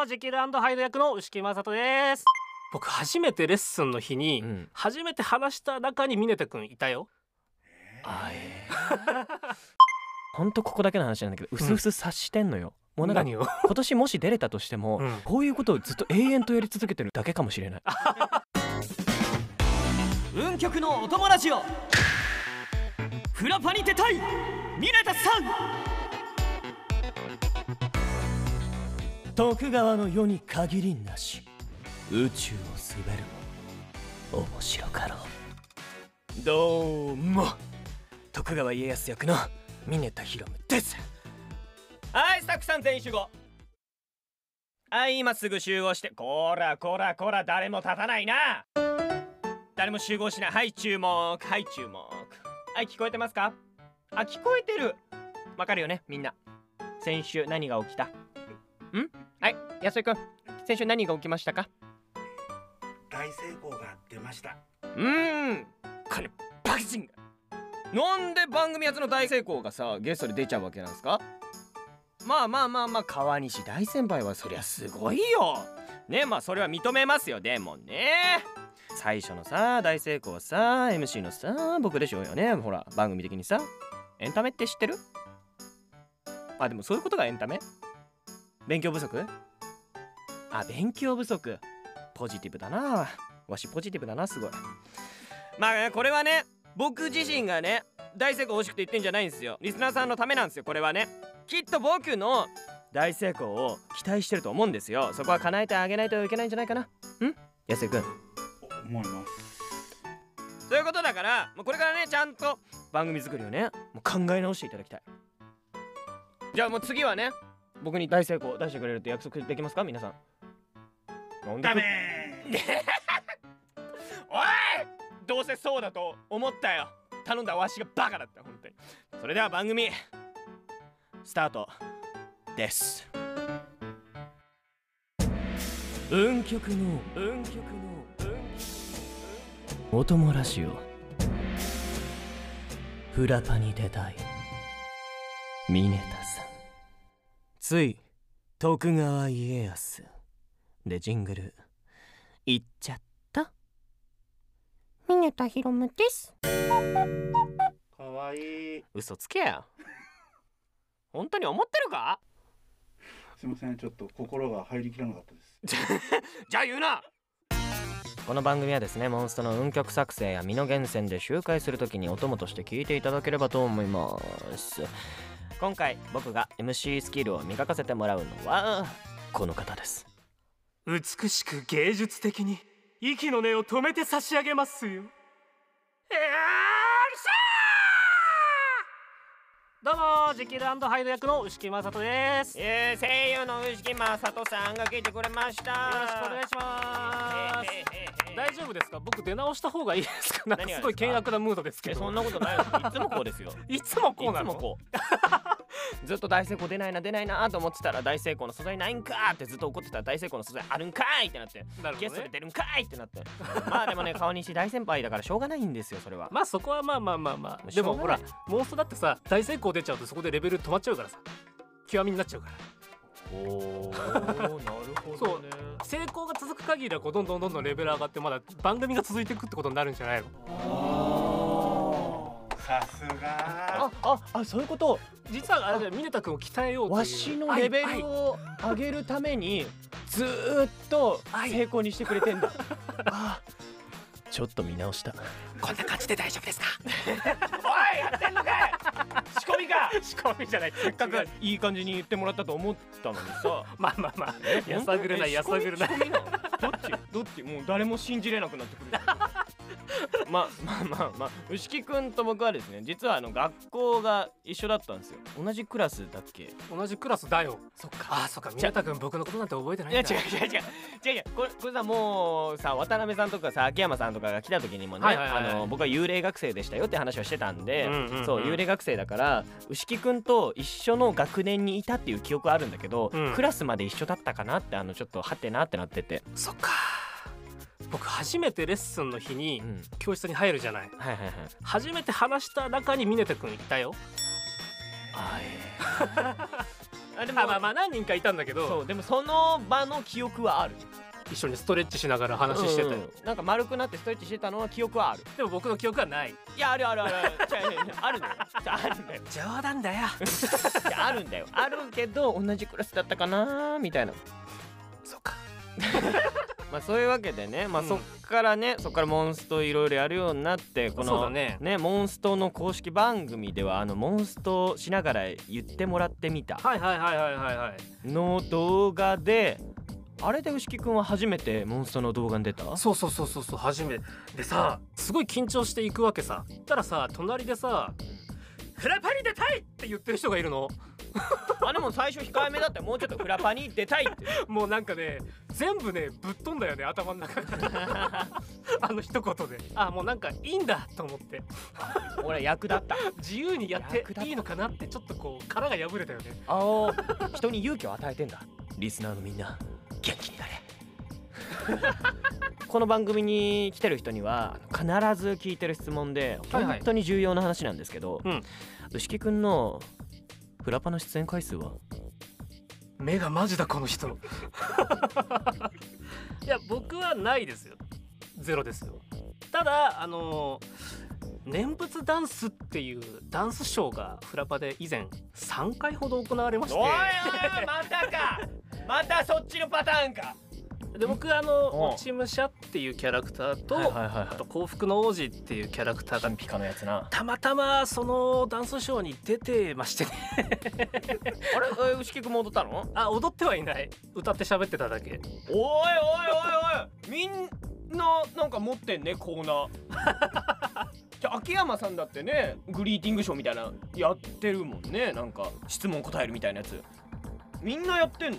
もジキル&ハイド役の牛木雅人です。僕初めてレッスンの日に、初めて話した中に峰田くんいたよ。 ほんとここだけの話なんだけど、うすうす察してんのよ。もうなんか何を今年もし出れたとしても、こういうことをずっと永遠とやり続けてるだけかもしれない。 運極のお供ラジオ、フラパに出たい峰田さん。 徳川の世に限りなし、宇宙を滑るも面白かろう。どうも徳川家康役の峰田博夢です。はい、スタッフさん全員集合。はい、今すぐ集合して。こらこらこら、誰も立たないな。誰も集合しない。はい、注目。はい注目。はい、聞こえてますか？あ、聞こえてる。わかるよね、みんな。先週何が起きた？はい、安井くん、先週何が起きましたか？ 大成功が出ました。 これバカ人が。なんで番組初の大成功がさ、ゲストで出ちゃうわけなんですか？まあ川西大先輩はそりゃすごいよね。まあそれは認めますよ。でもね、最初のさ大成功はさ MC のさ僕でしょうよね。ほら番組的にさ、エンタメって知ってる？あ、でもそういうことがエンタメ？勉強不足？あ、勉強不足。ポジティブだな。わしポジティブだな、すごい。まあこれはね、僕自身がね大成功欲しくて言ってんじゃないんですよ。リスナーさんのためなんですよ、これはね。きっと僕の大成功を期待してると思うんですよ。そこは叶えてあげないといけないんじゃないかな。安井くん。 思います。 そういうことだから、もうこれからねちゃんと番組作りをねもう考え直していただきたい。じゃあもう次はね、僕に大成功出してくれるって約束できますか、皆さん。 ダメおい、どうせそうだと思ったよ。頼んだわしがバカだった、本当に。それでは番組スタートです。運極のお供ラジオ、フラパに出たい峰田さん。つい徳川家康でジングルいっちゃった。 峰田博夢です。 かわいい。 嘘つけや。本当に思ってるか？ すいません、ちょっと心が入りきらなかったです。 じゃあ言うな。この番組はですね、モンストの運曲作成や身の源泉で周回するときにお供として聞いていただければと思います。今回僕が MC スキルを磨かせてもらうのはこの方です。 美しく芸術的に息の根を止めて差し上げますよ。どうもジキル&ハイド役の牛木雅人です。 声優の牛木雅人さんが来てくれました。 よろしくお願いします。大丈夫ですか？僕出直した方がいいですか？なんかすごい険悪なムードですけど。 そんなことないよ。いつもこうですよ。 いつもこうなの？ いつもこう。ずっと大成功出ないなと思ってたら、大成功の素材ないんかってずっと怒ってたら、大成功の素材あるんかいってなって、ゲストで出るんかいってなって。まあでもね、川西大先輩だからしょうがないんですよ、それは。 まあそこはまあでもほら、モンストだってさ、大成功出ちゃうとそこでレベル止まっちゃうからさ、極みになっちゃうから。おー、なるほどね。成功が続く限りはこうどんどんレベル上がって、まだ番組が続いていくってことになるんじゃないの？ さすが。 そういうこと。 実はあれで峰田君を鍛えようという、 わしのレベルを上げるためにずーっと成功にしてくれてんだ。ちょっと見直した。 こんな感じで大丈夫ですか？ おい、やってんのかい。仕込みか。 仕込みじゃない。 せっかくいい感じに言ってもらったと思ったのにさ。 まあやさぐるない。 どっちもう誰も信じれなくなってくる。まあ牛木くんと僕はですね、実は学校が一緒だったんですよ。同じクラスだっけ？ 同じクラスだよ。 そっか。 そっか。峰田君僕のことなんて覚えてないんだ。 いや違う。これさ、もうさ、渡辺さんとかさ、秋山さんとかが来た時にもね、僕は幽霊学生でしたよって話をしてたんで、そう、幽霊学生だから牛木くんと一緒の学年にいたっていう記憶はあるんだけど、クラスまで一緒だったかなって、ちょっとはてなってなってて。 そっか。僕初めてレッスンの日に教室に入るじゃない。初めて話した中に峰田くんいたよ。 でまあまあ何人かいたんだけど、 そうでもその場の記憶はある。 一緒にストレッチしながら話してたよ、 なんか丸くなってストレッチしてたのは記憶はある。 でも僕の記憶はない。 いやあるあるあるあるあるのよ。あるんだよ。 冗談だよあるんだよ。あるけど同じクラスだったかなみたいな。 そうかまあそういうわけでね、まあそっからモンストいろいろやるようになって、このねモンストの公式番組ではモンストしながら言ってもらってみたの動画で、あれで牛木くんは初めてモンストの動画に出た？ そう初めてでさ、すごい緊張していくわけさ。たらさ、隣でさフラパに出たいって言ってる人がいるのでも最初控えめだったよ。もうちょっとフラパに出たいってもうなんかね、全部ねぶっ飛んだよね、頭の中からあの一言で、もうなんかいいんだと思って、 俺役立った。 自由にやっていいのかなって、ちょっとこう殻が破れたよね。 人に勇気を与えてんだ。リスナーのみんな元気になれこの番組に来てる人には必ず聞いてる質問で、本当に重要な話なんですけど、牛木くんのフラパの出演回数は？ 目がマジだこの人いや僕はないですよ、ゼロですよ。ただ念仏ダンスっていうダンスショーがフラパで以前3回ほど行われまして、 おいまたかまたそっちのパターンか。 で僕落ち武者っていうキャラクターと、あと幸福の王子っていうキャラクターがピカのやつな、 たまたまそのダンスショーに出てましてねあれ牛木くんも踊ったの？ 踊ってはいない、歌って喋ってただけ。 おいみんななんか持ってんねコーナーじゃ秋山さんだってね、グリーティングショーみたいなやってるもんね。なんか質問答えるみたいなやつみんなやってんの？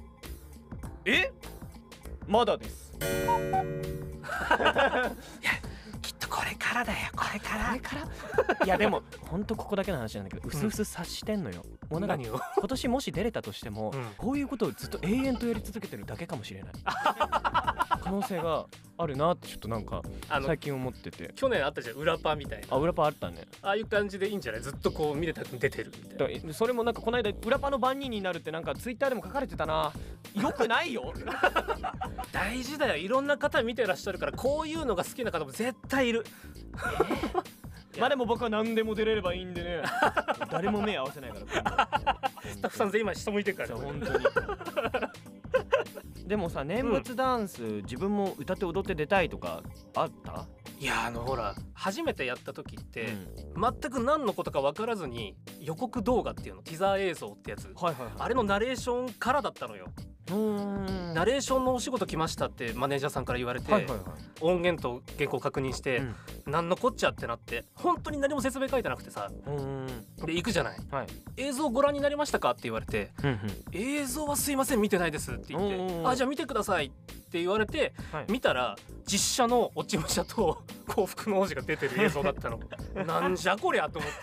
まだですいやきっとこれからだよ、これからいやでもほんとここだけの話なんだけど、うすうす察してんのよ。もうなんか何を今年もし出れたとしても、こういうことをずっと永遠とやり続けてるだけかもしれない可能性があるなってちょっとなんか最近思ってて。 去年あったじゃん、裏パみたいな。 裏パあったね。 ああいう感じでいいんじゃない？ずっとこう見れたく出てるみたいな。 それもなんかこの間裏パの番人になるってなんかツイッターでも書かれてたな。よくないよ大事だよ、いろんな方見てらっしゃるから、こういうのが好きな方も絶対いるまあでも僕は何でも出れればいいんでね誰も目合わせないからスタッフさん全員今下向いてるからね、 本当にでもさ、念仏ダンス、自分も歌って踊って出たいとかあった？ いやほら初めてやった時って、全く何のことか分からずに予告動画っていうの、ティザー映像ってやつ、あれのナレーションからだったのよ。ナレーションのお仕事来ましたってマネージャーさんから言われて、音源と原稿確認して、何のこっちゃってなって、本当に何も説明書いてなくてさ、で行くじゃない、映像ご覧になりましたかって言われて、映像はすいません見てないですって言って、じゃあ見てくださいって言われて、見たら実写の落ち武者と幸福の王子が出てる映像だったのなんじゃこりゃと思って、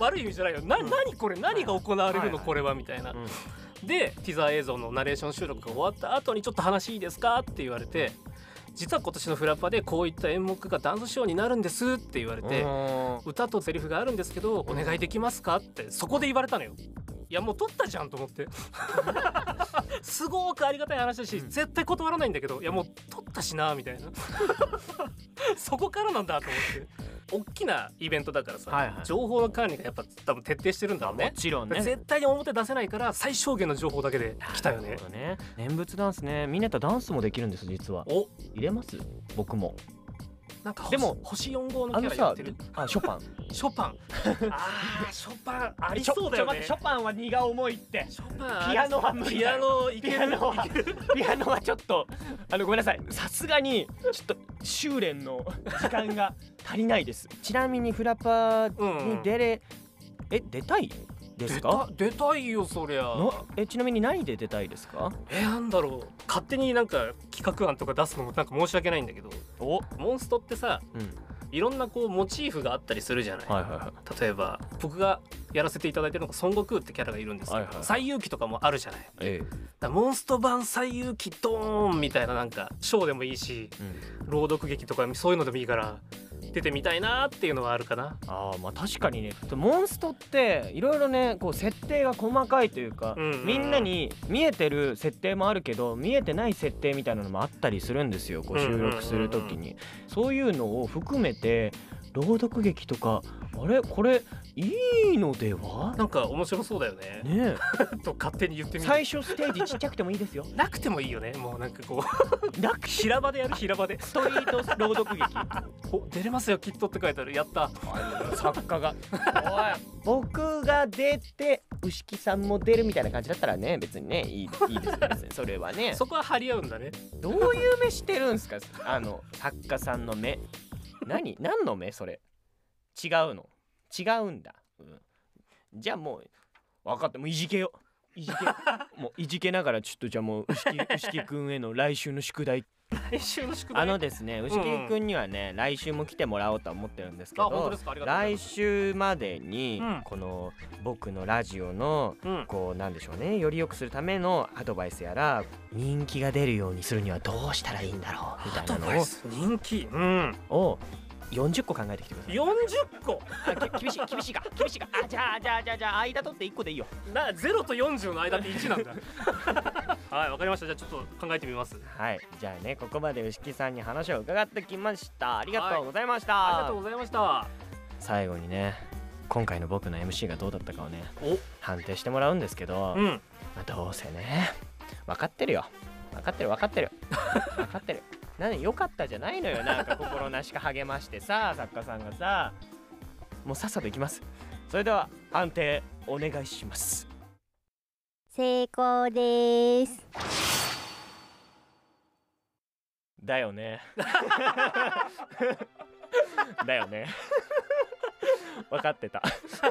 悪い意味じゃないよ、何これ、何が行われるのこれはみたいな。でティザー映像のナレーション収録が終わった後にちょっと話いいですかって言われて、実は今年のフラパでこういった演目がダンスショーになるんですって言われて、歌とセリフがあるんですけどお願いできますかってそこで言われたのよ。いやもう撮ったじゃんと思ってすごくありがたい話だし、絶対断らないんだけど、いやもう撮ったしなみたいなそこからなんだと思って。大きなイベントだからさ、情報の管理がやっぱ多分徹底してるんだろうね。 もちろんね、 絶対に表出せないから最小限の情報だけで来たよね。 念仏ダンスね、ミネタダンスもできるんです実は。入れます？僕も。 なんかでも星4号のキャラやってる。 ショパンショパンショパンありそうだよね。 ショパンは荷が重いって。 ショパンピアノは無理だよ。 ピアノはちょっとごめんなさい、さすがにちょっと修練の時間が足りないですちなみにフラパに出たいですか？ 出たいよそりゃ。 ちなみに何で出たいですか？ なんだろう、勝手になんか企画案とか出すのもなんか申し訳ないんだけど、モンストってさ、いろんなこうモチーフがあったりするじゃない。例えば僕がやらせていただいてるのが孫悟空ってキャラがいるんですけど、西遊記とかもあるじゃない。だモンスト版西遊記ドーンみたいな、なんかショーでもいいし、朗読劇とかそういうのでもいいから、 出てみたいなっていうのはあるかな。 あーまあ確かにね、モンストっていろいろねこう設定が細かいというか、みんなに見えてる設定もあるけど見えてない設定みたいなのもあったりするんですよ、こう収録する時に。そういうのを含めて朗読劇とか、あれこれいいのではなんか面白そうだよね。 ねと勝手に言ってみる。 最初ステージちっちゃくてもいいですよ。 なくてもいいよね。もうなんかこうなく平場でやる、平場でストリート朗読劇お出れますよきっとって書いてある。やった。 作家がおい僕が出て牛木さんも出るみたいな感じだったらね、別にねいいですよ別にそれはね。 そこは張り合うんだね。 どういう目してるんすか作家さんの目。何の目それ。違うんだ、じゃあもう分かった、もういじけよもういじけながらちょっとじゃあもう牛木くんへの来週の宿題。 来週の宿題。 ですね、牛木くんにはね、来週も来てもらおうとは思ってるんですけあ、本当ど、 ですか。ありがとうござい来ます。 週までに、 うんこの僕のラジオの、こうなんでしょうね、より良くするためのアドバイスやら、人気が出るようにするにはどうしたらいいんだろうみたいなの人気。 を40個考えてきてください。 40個。 厳しいかあ、じゃあ間取って1個でいいよ。 0と40の間って1なんだ。はい、わかりました。じゃあちょっと考えてみます。 はい、じゃあね、ここまで牛木さんに話を伺ってきました。ありがとうございました、 ありがとうございました。 最後にね、今回の僕の MC がどうだったかをねお、 判定してもらうんですけど、まあ、どうせね分かってるよ。分かってる何良かったじゃないのよ。なんか心なしか励ましてさ、作家さんがさ、もうさっさといきます。それでは判定お願いします。 成功です。 だよねだよね分かってた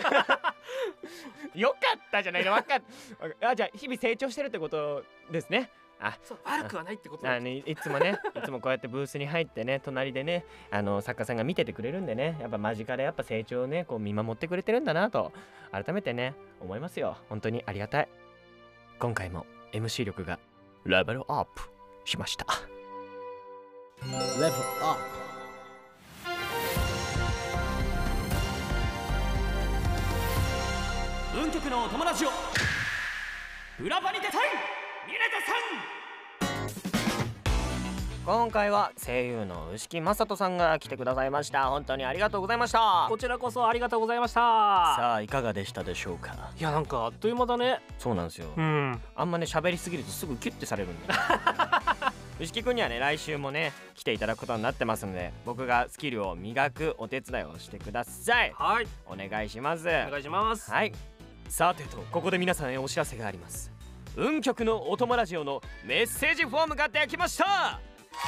よかったじゃないの、分かったあ、じゃあ日々成長してるってことですね。 そう、悪くはないってことだ。 いつもねいつもこうやってブースに入ってね、隣でね作家さんが見ててくれるんでね、やっぱ間近でやっぱ成長をねこう見守ってくれてるんだなと改めてね思いますよ。本当にありがたい。今回も MC 力がレベルアップしました。レベルアップ。運極のお友達を裏場に出たいミネタさん。 今回は声優の牛木雅人さんが来てくださいました。本当にありがとうございました。 こちらこそありがとうございました。 さあいかがでしたでしょうか。 いや、なんかあっという間だね。 そうなんですよ、あんまね喋りすぎるとすぐキュッてされるんで牛木くんにはね来週もね来ていただくことになってますので、僕がスキルを磨くお手伝いをしてください。 はい、 お願いします。 お願いします。 はい、さてとここで皆さんへお知らせがあります。運極のお供ラジオのメッセージフォームができました。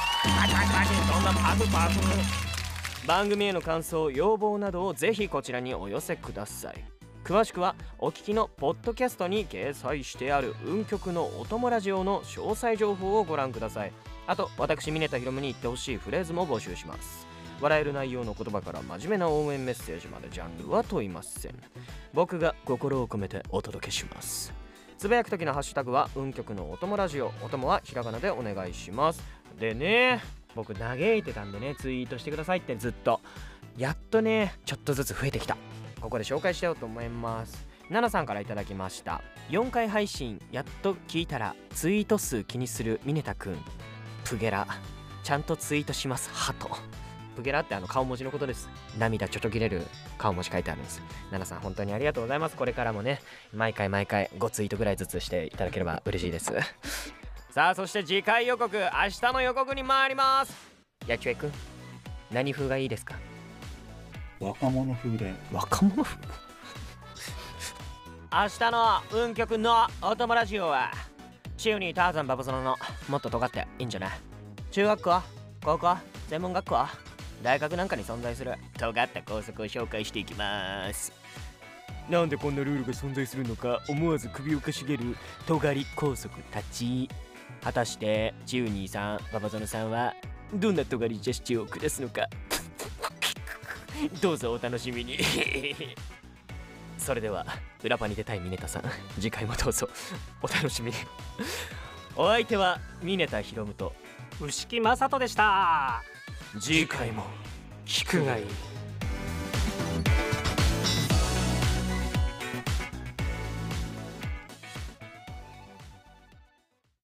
番組への感想、要望などをぜひこちらにお寄せください。詳しくはお聞きのポッドキャストに掲載してある運極のお供ラジオの詳細情報をご覧ください。あと私ミネタヒロムに言ってほしいフレーズも募集します。笑える内容の言葉から真面目な応援メッセージまでジャンルは問いません。僕が心を込めてお届けします。つぶやく時のハッシュタグは運極のお供ラジオ、お供はひらがなでお願いします。でね、僕嘆いてたんでね、ツイートしてくださいってずっとやっとねちょっとずつ増えてきた。ここで紹介しようと思います。ナナさんからいただきました。4回配信やっと聞いたらツイート数気にするミネタくん、プゲラちゃんとツイートしますハト。プゲラって顔文字のことです。涙ちょちょ切れる顔文字書いてあるんです。ナナさん本当にありがとうございます。これからもね毎回5ツイートぐらいずつしていただければ嬉しいですさあそして次回予告、明日の予告に参ります。やちゅえくん何風がいいですか。 若者風で。 若者風明日の運極のお供ラジオはチウニーターザンババゾノのもっと尖っていいんじゃない。中学校、高校、専門学校、大学なんかに存在する尖った校則を紹介していきます。なんでこんなルールが存在するのか思わず首をかしげる尖り校則たち。果たしてチウニーさん、ババゾノさんはどんな尖りジェスチャーを下すのかどうぞお楽しみにそれでは裏パに出たいミネタさん、次回もどうぞお楽しみにお相手はミネタヒロムと牛木雅人でした。 次回も聞くがいい。